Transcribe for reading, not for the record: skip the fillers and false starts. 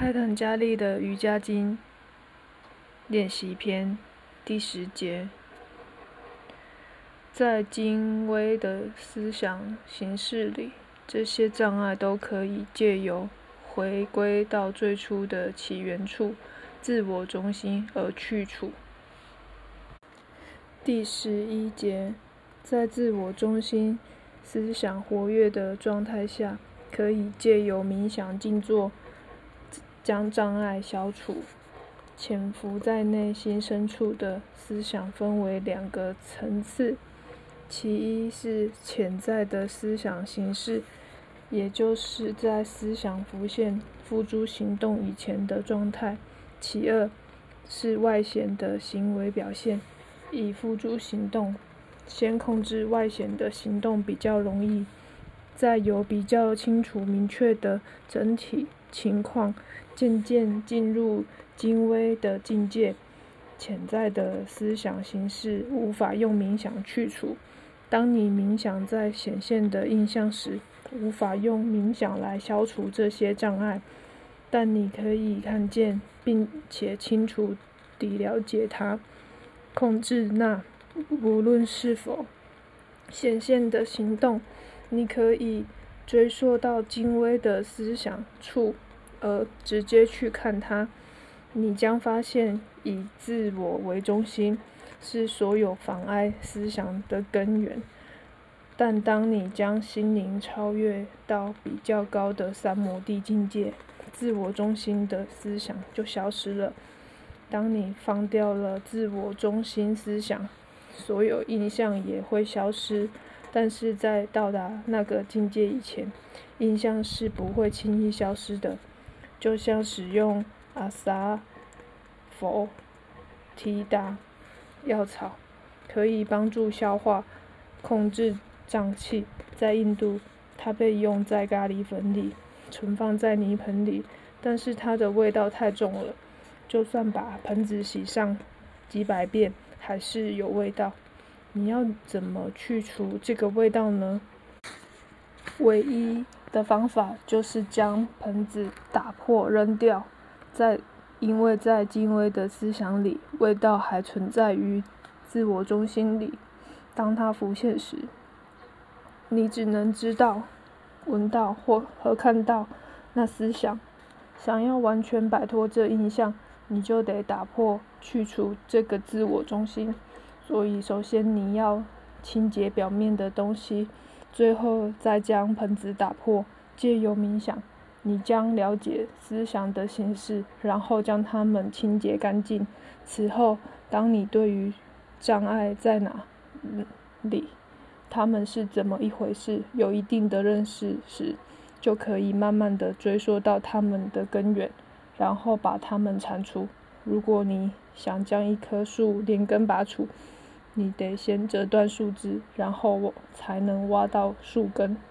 泰坦加利的瑜伽经练习篇第10节，在精微的思想形式里，这些障碍都可以借由回归到最初的起源处自我中心而去除。第11节，在自我中心思想活跃的状态下，可以借由冥想静坐将障碍消除。潜伏在内心深处的思想分为2个层次，其一是潜在的思想形式，也就是在思想浮现付诸行动以前的状态；其二是外显的行为表现，以付诸行动。先控制外显的行动比较容易，再有比较清楚明确的整体情况，渐渐进入精微的境界。潜在的思想形式无法用冥想去除。当你冥想在显现的印象时，无法用冥想来消除这些障碍，但你可以看见并且清楚地了解它，控制那无论是否显现的行动。你可以追溯到精微的思想处，而直接去看它。你将发现，以自我为中心是所有妨碍思想的根源。但当你将心灵超越到比较高的三摩地境界，自我中心的思想就消失了。当你放掉了自我中心思想，所有印象也会消失。但是在到达那个境界以前，印象是不会轻易消失的。就像使用阿萨佛提达药草可以帮助消化、控制胀气。在印度，它被用在咖喱粉里，存放在泥盆里，但是它的味道太重了，就算把盆子洗上几百遍，还是有味道。你要怎么去除这个味道呢？唯一的方法就是将盆子打破扔掉。因为在精微的思想里，味道还存在于自我中心里。当它浮现时，你只能知道、闻到和看到那思想。想要完全摆脱这印象，你就得打破、去除这个自我中心。所以首先你要清洁表面的东西，最后再将盆子打破。借由冥想，你将了解思想的形式，然后将它们清洁干净。此后，当你对于障碍在哪里，它们是怎么一回事，有一定的认识时，就可以慢慢地追溯到它们的根源，然后把它们铲除。如果你想将一棵树连根拔除，你得先折断树枝，然后才能挖到树根。